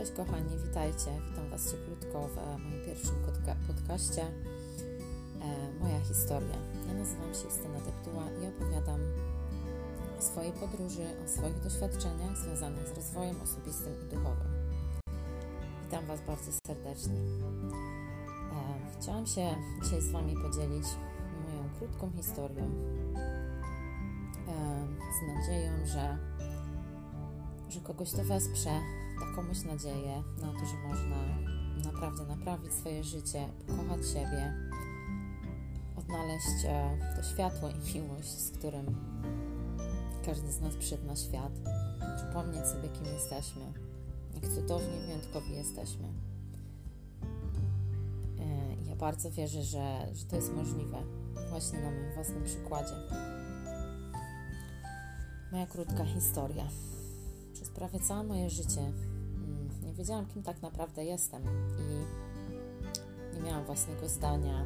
Cześć kochani, witajcie. Witam Was cieplutko w moim pierwszym podcaście Moja historia. Ja nazywam się Justyna Deptuła i opowiadam o swojej podróży, o swoich doświadczeniach związanych z rozwojem osobistym i duchowym. Witam Was bardzo serdecznie. Chciałam się dzisiaj z Wami podzielić moją krótką historią z nadzieją, że kogoś to wesprze, da komuś nadzieję na to, że można naprawdę naprawić swoje życie, pokochać siebie, odnaleźć to światło i miłość, z którym każdy z nas przyszedł na świat, przypomnieć sobie, kim jesteśmy, jak cudownie, wyjątkowi jesteśmy. Ja bardzo wierzę, że to jest możliwe właśnie na moim własnym przykładzie. Moja krótka historia. Przez prawie całe moje życie nie wiedziałam, kim tak naprawdę jestem i nie miałam własnego zdania.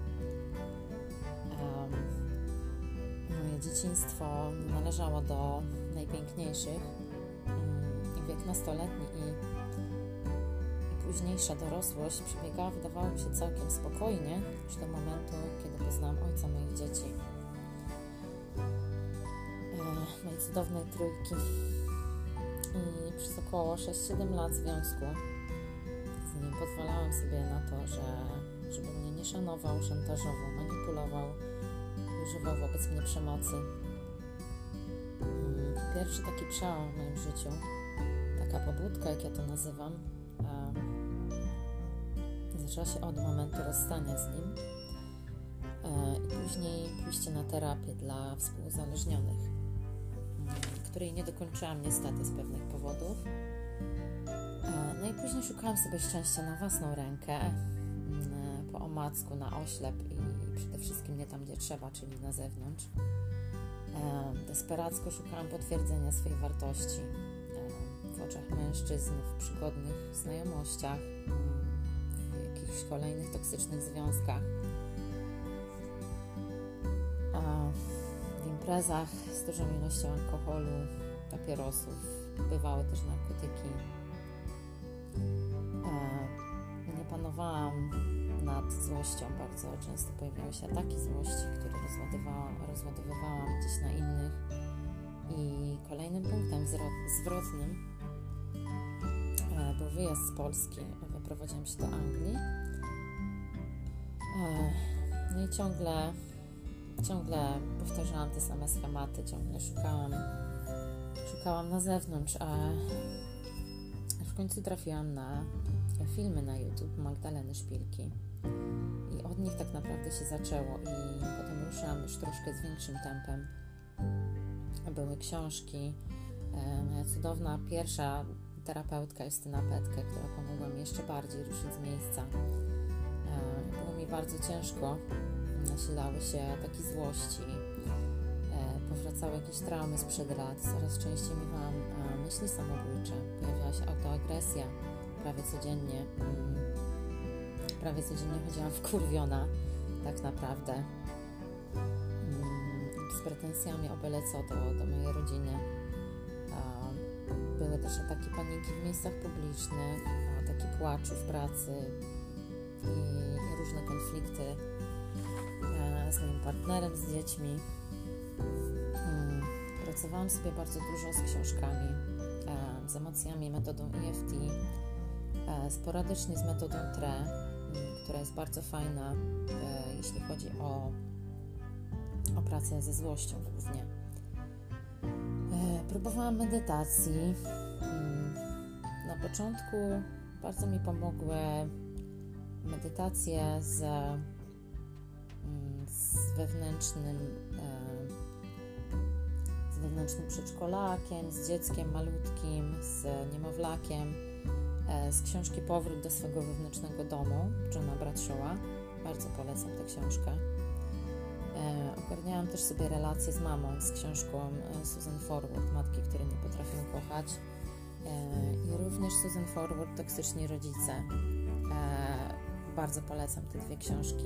Moje dzieciństwo nie należało do najpiękniejszych. Wiek nastoletni i późniejsza dorosłość przebiegała, wydawało mi się, całkiem spokojnie, aż do momentu, kiedy poznałam ojca moich dzieci. Mojej cudownej trójki. I przez około 6-7 lat związku z nim pozwalałam sobie na to, żeby mnie nie szanował, szantażował, manipulował, używał wobec mnie przemocy. Pierwszy taki przełom w moim życiu, taka pobudka, jak ja to nazywam, zaczęła się od momentu rozstania z nim i później pójście na terapię dla współuzależnionych, której nie dokończyłam niestety z pewnych powodów. No i później szukałam sobie szczęścia na własną rękę, po omacku, na oślep i przede wszystkim nie tam, gdzie trzeba, czyli na zewnątrz. Desperacko szukałam potwierdzenia swojej wartości w oczach mężczyzn, w przygodnych znajomościach, w jakichś kolejnych toksycznych związkach. W imprezach z dużą ilością alkoholu, papierosów, bywały też narkotyki. Nie panowałam nad złością, bardzo często pojawiały się ataki złości, które rozładowywałam gdzieś na innych. I kolejnym punktem zwrotnym był wyjazd z Polski. Wyprowadziłam się do Anglii. No i ciągle powtarzałam te same schematy, ciągle szukałam na zewnątrz, a w końcu trafiłam na filmy na YouTube Magdaleny Szpilki i od nich tak naprawdę się zaczęło i potem ruszyłam już troszkę z większym tempem. Były książki, moja cudowna pierwsza terapeutka Justyna Petke, która pomogła mi jeszcze bardziej ruszyć z miejsca. Było mi bardzo ciężko, nasilały się ataki złości, powracały jakieś traumy sprzed lat, coraz częściej miałam myśli samobójcze, pojawiała się autoagresja prawie codziennie chodziłam wkurwiona tak naprawdę, z pretensjami o byle co do mojej rodziny. Były też ataki paniki w miejscach publicznych, ataki płaczu w pracy i różne konflikty z moim partnerem, z dziećmi. Pracowałam sobie bardzo dużo z książkami, z emocjami metodą EFT, sporadycznie z metodą TRE, która jest bardzo fajna, jeśli chodzi o pracę ze złością głównie. Próbowałam medytacji. Na początku bardzo mi pomogły medytacje z wewnętrznym przedszkolakiem, z dzieckiem malutkim, z niemowlakiem, z książki Powrót do swego wewnętrznego domu Johna Bradshawa. Bardzo polecam tę książkę. Ogarniałam też sobie relacje z mamą, z książką Susan Forward, Matki, które nie potrafią kochać. I również Susan Forward, Toksyczni rodzice. Bardzo polecam te dwie książki.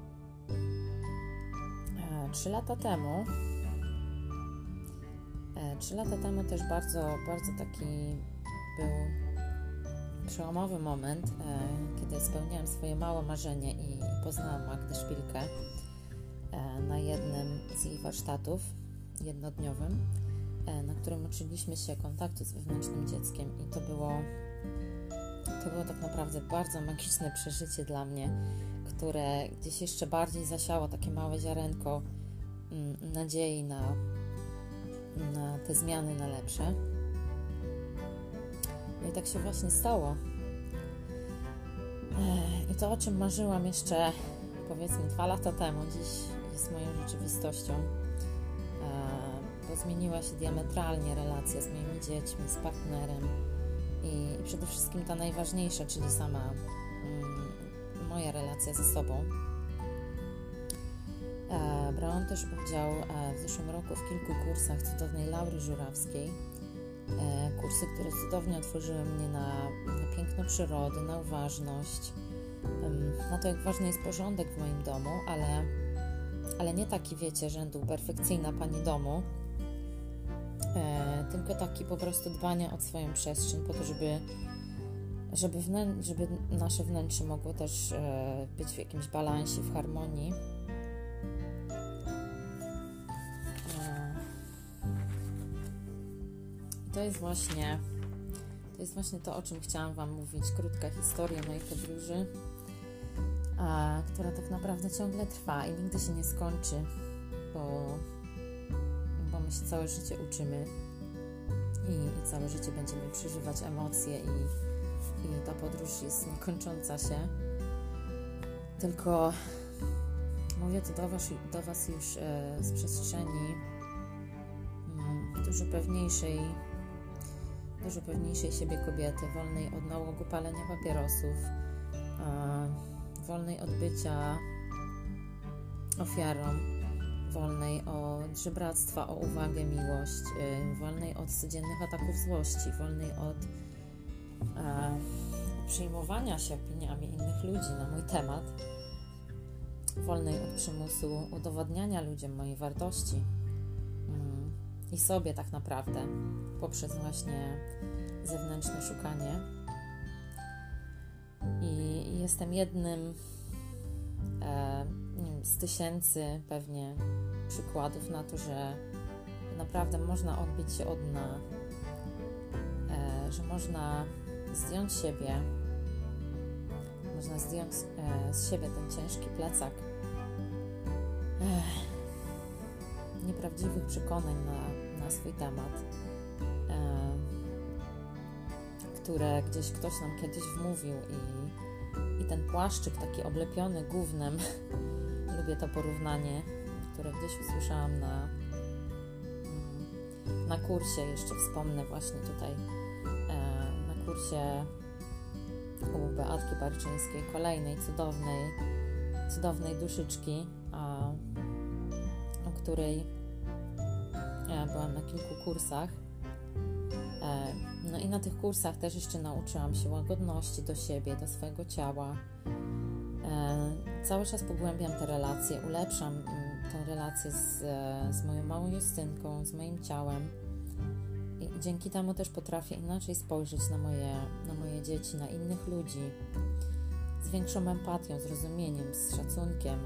3 lata temu 3 lata temu też bardzo, bardzo taki był przełomowy moment, kiedy spełniałam swoje małe marzenie i poznałam Magdę Szpilkę na jednym z jej warsztatów jednodniowym, na którym uczyliśmy się kontaktu z wewnętrznym dzieckiem i to było tak naprawdę bardzo magiczne przeżycie dla mnie, które gdzieś jeszcze bardziej zasiało takie małe ziarenko nadziei na te zmiany na lepsze. No i tak się właśnie stało. I to, o czym marzyłam jeszcze powiedzmy 2 lata temu, dziś jest moją rzeczywistością, bo zmieniła się diametralnie relacja z moimi dziećmi, z partnerem i przede wszystkim ta najważniejsza, czyli sama moja relacja ze sobą. Brałam też udział w zeszłym roku w kilku kursach cudownej Laury Żurawskiej. Kursy, które cudownie otworzyły mnie na piękno przyrody, na uważność, na to, jak ważny jest porządek w moim domu, ale nie taki, wiecie, rzędu perfekcyjna pani domu, tylko taki po prostu dbanie o swoją przestrzeń po to, żeby nasze wnętrze mogło też być w jakimś balansie, w harmonii. To jest właśnie to, o czym chciałam Wam mówić. Krótka historia mojej podróży, która tak naprawdę ciągle trwa i nigdy się nie skończy, bo my się całe życie uczymy i całe życie będziemy przeżywać emocje i ta podróż jest niekończąca się. Tylko mówię to do Was już z przestrzeni dużo pewniejszej siebie kobiety, wolnej od nałogu palenia papierosów, wolnej od bycia ofiarą, wolnej od żebractwa o uwagę, miłość, wolnej od codziennych ataków złości, wolnej od przejmowania się opiniami innych ludzi na mój temat, wolnej od przymusu udowadniania ludziom mojej wartości i sobie tak naprawdę poprzez właśnie zewnętrzne szukanie. I jestem jednym z tysięcy pewnie przykładów na to, że naprawdę można odbić się od dna, że można zdjąć siebie, można zdjąć z siebie ten ciężki plecak nieprawdziwych przekonań na swój temat, które gdzieś ktoś nam kiedyś wmówił i ten płaszczyk taki oblepiony gównem, lubię to porównanie, które gdzieś usłyszałam na kursie, jeszcze wspomnę właśnie tutaj, na kursie u Beatki Barczyńskiej, kolejnej cudownej duszyczki, o której byłam na kilku kursach. No i na tych kursach też jeszcze nauczyłam się łagodności do siebie, do swojego ciała. Cały czas pogłębiam te relacje, ulepszam tę relację z moją małą Justynką, z moim ciałem. I dzięki temu też potrafię inaczej spojrzeć na moje dzieci, na innych ludzi, z większą empatią, zrozumieniem, z szacunkiem.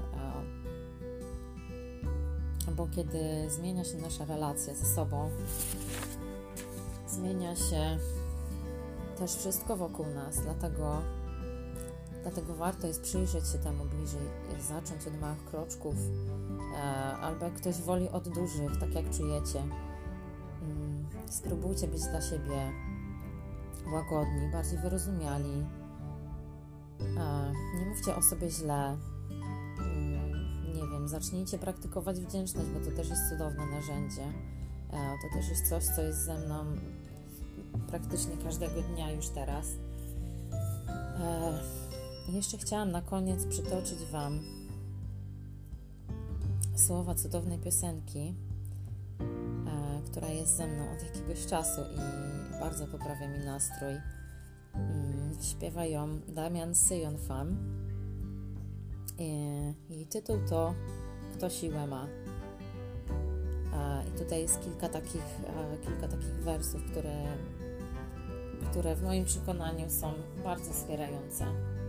Bo kiedy zmienia się nasza relacja ze sobą, zmienia się też wszystko wokół nas, dlatego warto jest przyjrzeć się temu bliżej, zacząć od małych kroczków, albo jak ktoś woli od dużych, tak jak czujecie. Spróbujcie być dla siebie łagodni, bardziej wyrozumiali. Nie mówcie o sobie źle. Nie wiem, zacznijcie praktykować wdzięczność, bo to też jest cudowne narzędzie. To też jest coś, co jest ze mną praktycznie każdego dnia już teraz. Jeszcze chciałam na koniec przytoczyć Wam słowa cudownej piosenki, która jest ze mną od jakiegoś czasu i bardzo poprawia mi nastrój. Śpiewa ją Damian Syjonfan. Jej tytuł to Kto siłę ma. I tutaj jest kilka takich wersów, które w moim przekonaniu są bardzo wspierające.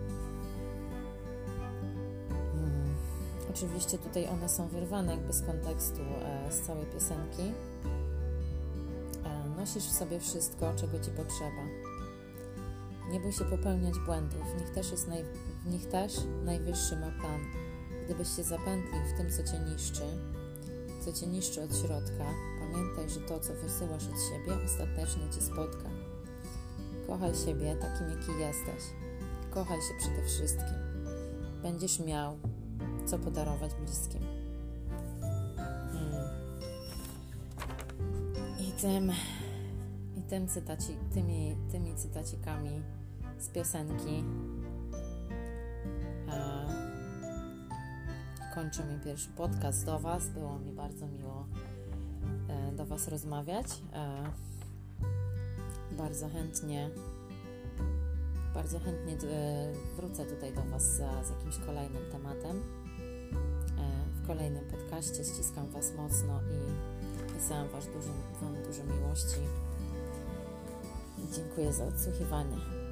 Oczywiście tutaj one są wyrwane jakby z kontekstu z całej piosenki. Nosisz w sobie wszystko, czego Ci potrzeba. Nie bój się popełniać błędów, w nich też Najwyższy ma plan. Gdybyś się zapętlił w tym, co Cię niszczy od środka, pamiętaj, że to, co wysyłasz od siebie, ostatecznie Cię spotka. Kochaj siebie takim, jaki jesteś. Kochaj się przede wszystkim. Będziesz miał co podarować bliskim. Tymi cytacikami z piosenki kończę mi pierwszy podcast do Was. Było mi bardzo miło do Was rozmawiać. Bardzo chętnie wrócę tutaj do Was z jakimś kolejnym tematem. W kolejnym podcaście ściskam Was mocno i wysyłam Wam dużo miłości. Dziękuję za odsłuchiwanie.